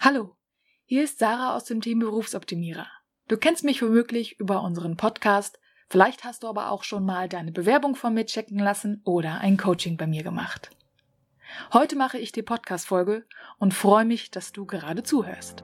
Hallo, hier ist Sarah aus dem Team Berufsoptimierer. Du kennst mich womöglich über unseren Podcast, vielleicht hast du aber auch schon mal deine Bewerbung von mir checken lassen oder ein Coaching bei mir gemacht. Heute mache ich die Podcast-Folge und freue mich, dass du gerade zuhörst.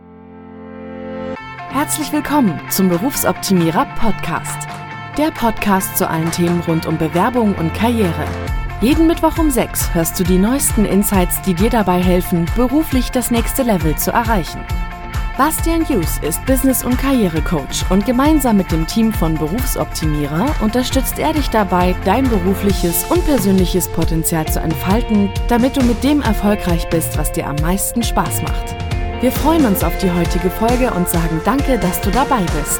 Herzlich willkommen zum Berufsoptimierer Podcast. Der Podcast zu allen Themen rund um Bewerbung und Karriere. Jeden Mittwoch um 6 hörst du die neuesten Insights, die dir dabei helfen, beruflich das nächste Level zu erreichen. Bastian Hughes ist Business- und Karrierecoach und gemeinsam mit dem Team von Berufsoptimierer unterstützt er dich dabei, dein berufliches und persönliches Potenzial zu entfalten, damit du mit dem erfolgreich bist, was dir am meisten Spaß macht. Wir freuen uns auf die heutige Folge und sagen danke, dass du dabei bist.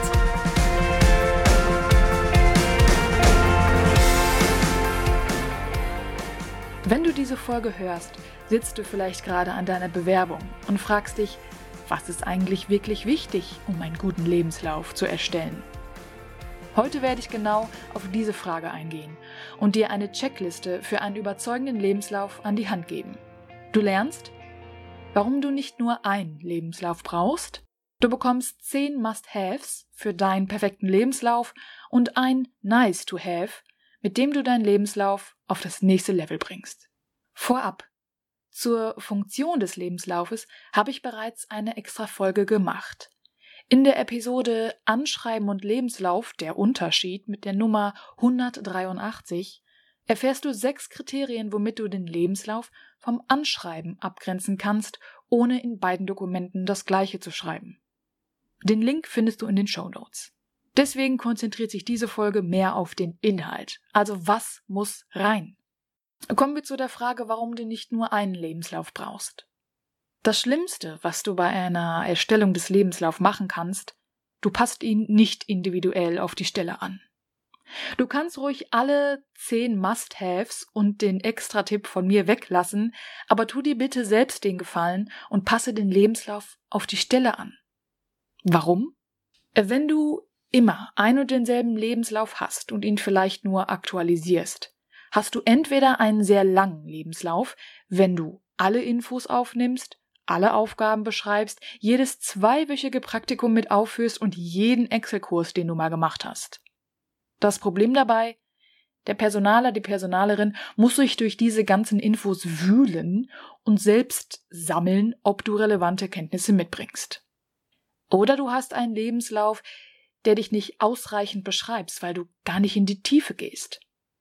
Wenn du diese Folge hörst, sitzt du vielleicht gerade an deiner Bewerbung und fragst dich, was ist eigentlich wirklich wichtig, um einen guten Lebenslauf zu erstellen? Heute werde ich genau auf diese Frage eingehen und dir eine Checkliste für einen überzeugenden Lebenslauf an die Hand geben. Du lernst, warum du nicht nur einen Lebenslauf brauchst, du bekommst 10 Must-Haves für deinen perfekten Lebenslauf und ein Nice-to-Have, mit dem du deinen Lebenslauf auf das nächste Level bringst. Vorab, zur Funktion des Lebenslaufes habe ich bereits eine extra Folge gemacht. In der Episode Anschreiben und Lebenslauf, der Unterschied mit der Nummer 183, erfährst du 6 Kriterien, womit du den Lebenslauf vom Anschreiben abgrenzen kannst, ohne in beiden Dokumenten das Gleiche zu schreiben. Den Link findest du in den Shownotes. Deswegen konzentriert sich diese Folge mehr auf den Inhalt. Also was muss rein? Kommen wir zu der Frage, warum du nicht nur einen Lebenslauf brauchst. Das Schlimmste, was du bei einer Erstellung des Lebenslaufs machen kannst, du passt ihn nicht individuell auf die Stelle an. Du kannst ruhig alle 10 Must-Haves und den Extra-Tipp von mir weglassen, aber tu dir bitte selbst den Gefallen und passe den Lebenslauf auf die Stelle an. Warum? Wenn du immer ein und denselben Lebenslauf hast und ihn vielleicht nur aktualisierst, hast du entweder einen sehr langen Lebenslauf, wenn du alle Infos aufnimmst, alle Aufgaben beschreibst, jedes 2-wöchige Praktikum mit aufführst und jeden Excel-Kurs, den du mal gemacht hast. Das Problem dabei, der Personaler, die Personalerin muss sich durch diese ganzen Infos wühlen und selbst sammeln, ob du relevante Kenntnisse mitbringst. Oder du hast einen Lebenslauf, der dich nicht ausreichend beschreibst, weil du gar nicht in die Tiefe gehst.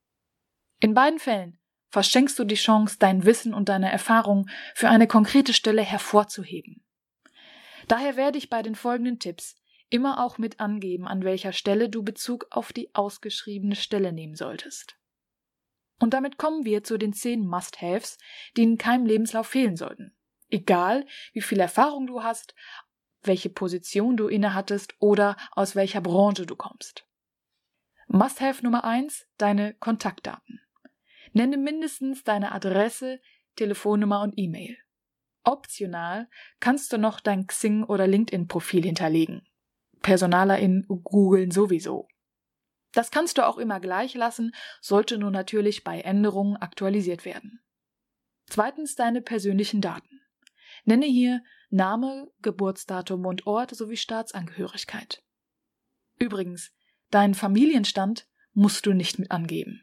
In beiden Fällen verschenkst du die Chance, dein Wissen und deine Erfahrung für eine konkrete Stelle hervorzuheben. Daher werde ich bei den folgenden Tipps immer auch mit angeben, an welcher Stelle du Bezug auf die ausgeschriebene Stelle nehmen solltest. Und damit kommen wir zu den 10 Must-Haves, die in keinem Lebenslauf fehlen sollten. Egal, wie viel Erfahrung du hast, welche Position du innehattest oder aus welcher Branche du kommst. Must-Have Nummer 1, deine Kontaktdaten. Nenne mindestens deine Adresse, Telefonnummer und E-Mail. Optional kannst du noch dein Xing- oder LinkedIn-Profil hinterlegen. PersonalerInnen googeln sowieso. Das kannst du auch immer gleich lassen, sollte nur natürlich bei Änderungen aktualisiert werden. Zweitens deine persönlichen Daten. Nenne hier Name, Geburtsdatum und Ort sowie Staatsangehörigkeit. Übrigens, deinen Familienstand musst du nicht mit angeben.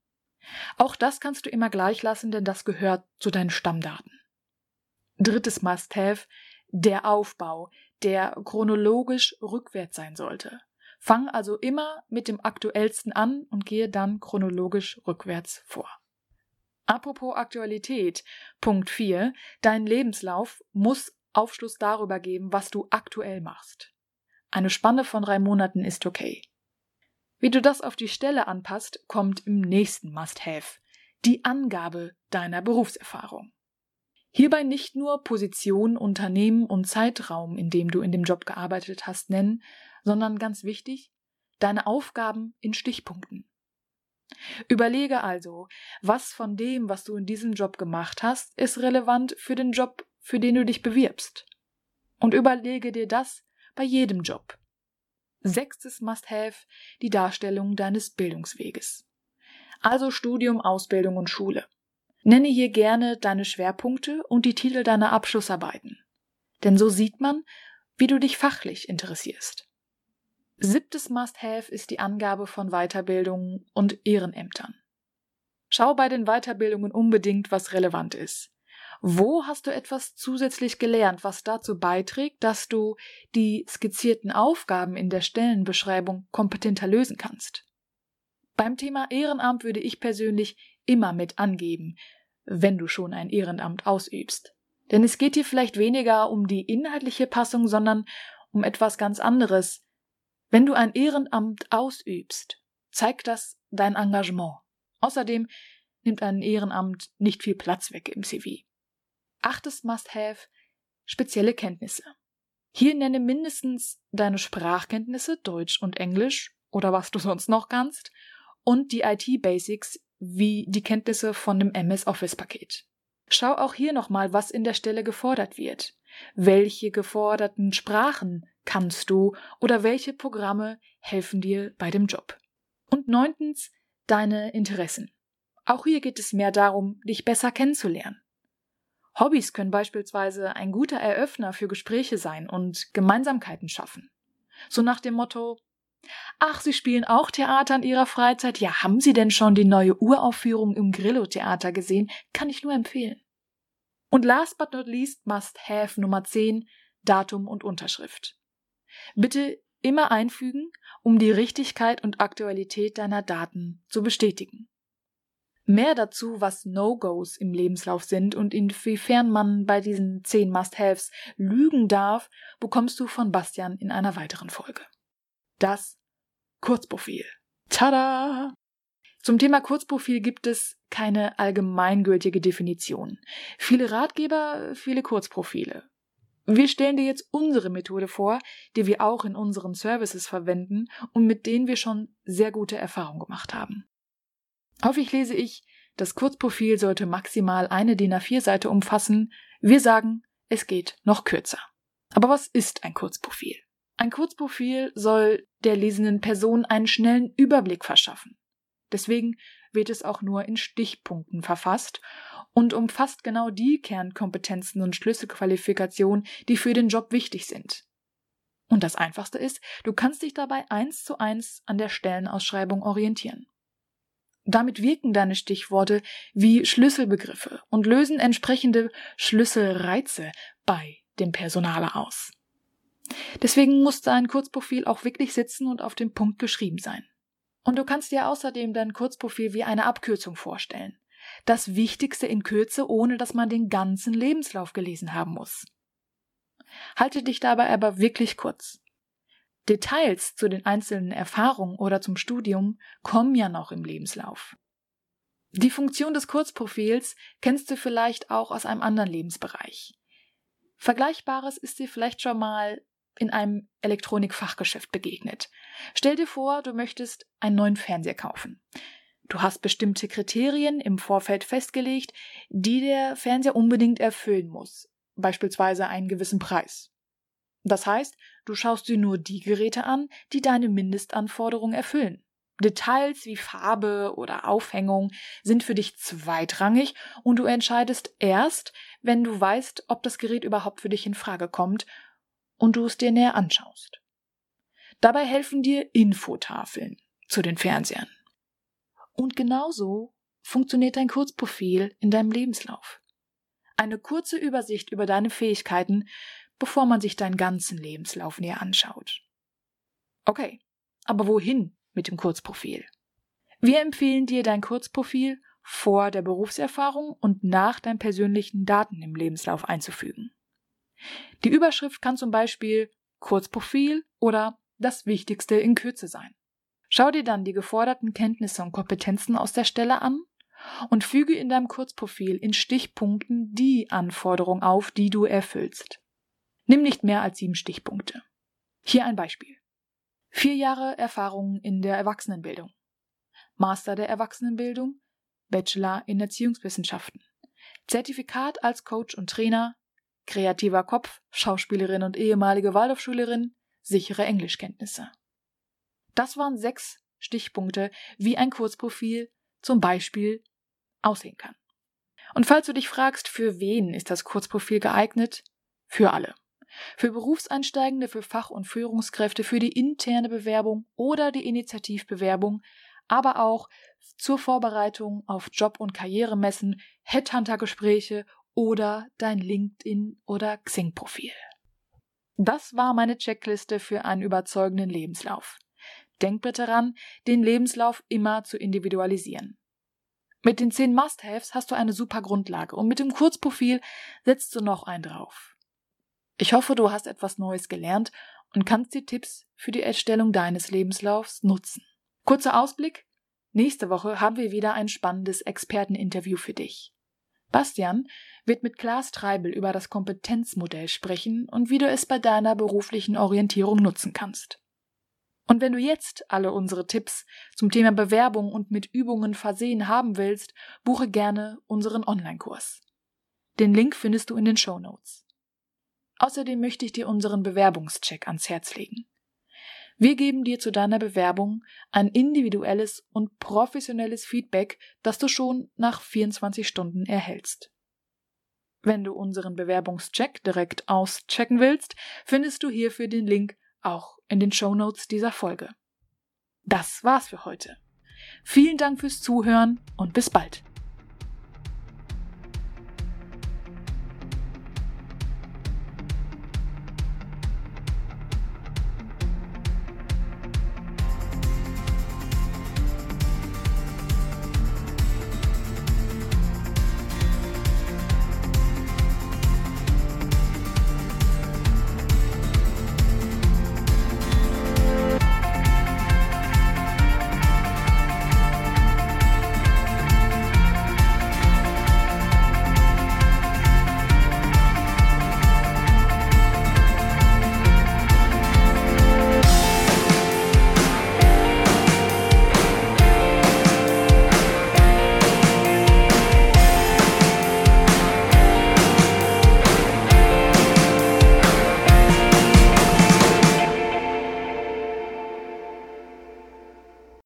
Auch das kannst du immer gleich lassen, denn das gehört zu deinen Stammdaten. Drittes Must-Have, der Aufbau, der chronologisch rückwärts sein sollte. Fang also immer mit dem Aktuellsten an und gehe dann chronologisch rückwärts vor. Apropos Aktualität, Punkt 4, dein Lebenslauf muss Aufschluss darüber geben, was du aktuell machst. Eine Spanne von 3 Monaten ist okay. Wie du das auf die Stelle anpasst, kommt im nächsten Must-Have, die Angabe deiner Berufserfahrung. Hierbei nicht nur Position, Unternehmen und Zeitraum, in dem du in dem Job gearbeitet hast, nennen, sondern ganz wichtig, deine Aufgaben in Stichpunkten. Überlege also, was von dem, was du in diesem Job gemacht hast, ist relevant für den Job, für den du dich bewirbst. Und überlege dir das bei jedem Job. 6. Must-Have, die Darstellung deines Bildungsweges. Also Studium, Ausbildung und Schule. Nenne hier gerne deine Schwerpunkte und die Titel deiner Abschlussarbeiten. Denn so sieht man, wie du dich fachlich interessierst. 7. Must-Have ist die Angabe von Weiterbildungen und Ehrenämtern. Schau bei den Weiterbildungen unbedingt, was relevant ist. Wo hast du etwas zusätzlich gelernt, was dazu beiträgt, dass du die skizzierten Aufgaben in der Stellenbeschreibung kompetenter lösen kannst? Beim Thema Ehrenamt würde ich persönlich immer mit angeben, wenn du schon ein Ehrenamt ausübst. Denn es geht hier vielleicht weniger um die inhaltliche Passung, sondern um etwas ganz anderes. Wenn du ein Ehrenamt ausübst, zeigt das dein Engagement. Außerdem nimmt ein Ehrenamt nicht viel Platz weg im CV. 8. Must-Have: spezielle Kenntnisse. Hier nenne mindestens deine Sprachkenntnisse, Deutsch und Englisch oder was du sonst noch kannst, und die IT-Basics wie die Kenntnisse von dem MS-Office-Paket. Schau auch hier nochmal, was in der Stelle gefordert wird. Welche geforderten Sprachen kannst du oder welche Programme helfen dir bei dem Job? Und 9. deine Interessen. Auch hier geht es mehr darum, dich besser kennenzulernen. Hobbys können beispielsweise ein guter Eröffner für Gespräche sein und Gemeinsamkeiten schaffen. So nach dem Motto: Ach, Sie spielen auch Theater in Ihrer Freizeit? Ja, haben Sie denn schon die neue Uraufführung im Grillo-Theater gesehen? Kann ich nur empfehlen. Und last but not least, Must-Have Nummer 10, Datum und Unterschrift. Bitte immer einfügen, um die Richtigkeit und Aktualität deiner Daten zu bestätigen. Mehr dazu, was No-Gos im Lebenslauf sind und inwiefern man bei diesen 10 Must-Haves lügen darf, bekommst du von Bastian in einer weiteren Folge. Das Kurzprofil. Tada! Zum Thema Kurzprofil gibt es keine allgemeingültige Definition. Viele Ratgeber, viele Kurzprofile. Wir stellen dir jetzt unsere Methode vor, die wir auch in unseren Services verwenden und mit denen wir schon sehr gute Erfahrungen gemacht haben. Häufig lese ich, das Kurzprofil sollte maximal eine DIN A4-Seite umfassen. Wir sagen, es geht noch kürzer. Aber was ist ein Kurzprofil? Ein Kurzprofil soll der lesenden Person einen schnellen Überblick verschaffen. Deswegen wird es auch nur in Stichpunkten verfasst und umfasst genau die Kernkompetenzen und Schlüsselqualifikationen, die für den Job wichtig sind. Und das Einfachste ist, du kannst dich dabei 1:1 an der Stellenausschreibung orientieren. Damit wirken deine Stichworte wie Schlüsselbegriffe und lösen entsprechende Schlüsselreize bei dem Personaler aus. Deswegen muss dein Kurzprofil auch wirklich sitzen und auf den Punkt geschrieben sein. Und du kannst dir außerdem dein Kurzprofil wie eine Abkürzung vorstellen. Das Wichtigste in Kürze, ohne dass man den ganzen Lebenslauf gelesen haben muss. Halte dich dabei aber wirklich kurz. Details zu den einzelnen Erfahrungen oder zum Studium kommen ja noch im Lebenslauf. Die Funktion des Kurzprofils kennst du vielleicht auch aus einem anderen Lebensbereich. Vergleichbares ist dir vielleicht schon mal in einem Elektronikfachgeschäft begegnet. Stell dir vor, du möchtest einen neuen Fernseher kaufen. Du hast bestimmte Kriterien im Vorfeld festgelegt, die der Fernseher unbedingt erfüllen muss, beispielsweise einen gewissen Preis. Das heißt, du schaust dir nur die Geräte an, die deine Mindestanforderungen erfüllen. Details wie Farbe oder Aufhängung sind für dich zweitrangig und du entscheidest erst, wenn du weißt, ob das Gerät überhaupt für dich in Frage kommt und du es dir näher anschaust. Dabei helfen dir Infotafeln zu den Fernsehern. Und genauso funktioniert dein Kurzprofil in deinem Lebenslauf. Eine kurze Übersicht über deine Fähigkeiten, bevor man sich deinen ganzen Lebenslauf näher anschaut. Okay, aber wohin mit dem Kurzprofil? Wir empfehlen dir, dein Kurzprofil vor der Berufserfahrung und nach deinen persönlichen Daten im Lebenslauf einzufügen. Die Überschrift kann zum Beispiel Kurzprofil oder das Wichtigste in Kürze sein. Schau dir dann die geforderten Kenntnisse und Kompetenzen aus der Stelle an und füge in deinem Kurzprofil in Stichpunkten die Anforderungen auf, die du erfüllst. Nimm nicht mehr als 7 Stichpunkte. Hier ein Beispiel. 4 Jahre Erfahrung in der Erwachsenenbildung. Master der Erwachsenenbildung, Bachelor in Erziehungswissenschaften. Zertifikat als Coach und Trainer, kreativer Kopf, Schauspielerin und ehemalige Waldorfschülerin, sichere Englischkenntnisse. Das waren 6 Stichpunkte, wie ein Kurzprofil zum Beispiel aussehen kann. Und falls du dich fragst, für wen ist das Kurzprofil geeignet? Für alle. Für Berufseinsteigende, für Fach- und Führungskräfte, für die interne Bewerbung oder die Initiativbewerbung, aber auch zur Vorbereitung auf Job- und Karrieremessen, Headhunter-Gespräche oder dein LinkedIn- oder Xing-Profil. Das war meine Checkliste für einen überzeugenden Lebenslauf. Denk bitte daran, den Lebenslauf immer zu individualisieren. Mit den 10 Must-Haves hast du eine super Grundlage und mit dem Kurzprofil setzt du noch einen drauf. Ich hoffe, du hast etwas Neues gelernt und kannst die Tipps für die Erstellung deines Lebenslaufs nutzen. Kurzer Ausblick: Nächste Woche haben wir wieder ein spannendes Experteninterview für dich. Bastian wird mit Klaas Treibel über das Kompetenzmodell sprechen und wie du es bei deiner beruflichen Orientierung nutzen kannst. Und wenn du jetzt alle unsere Tipps zum Thema Bewerbung und mit Übungen versehen haben willst, buche gerne unseren Online-Kurs. Den Link findest du in den Shownotes. Außerdem möchte ich dir unseren Bewerbungscheck ans Herz legen. Wir geben dir zu deiner Bewerbung ein individuelles und professionelles Feedback, das du schon nach 24 Stunden erhältst. Wenn du unseren Bewerbungscheck direkt auschecken willst, findest du hierfür den Link auch in den Shownotes dieser Folge. Das war's für heute. Vielen Dank fürs Zuhören und bis bald.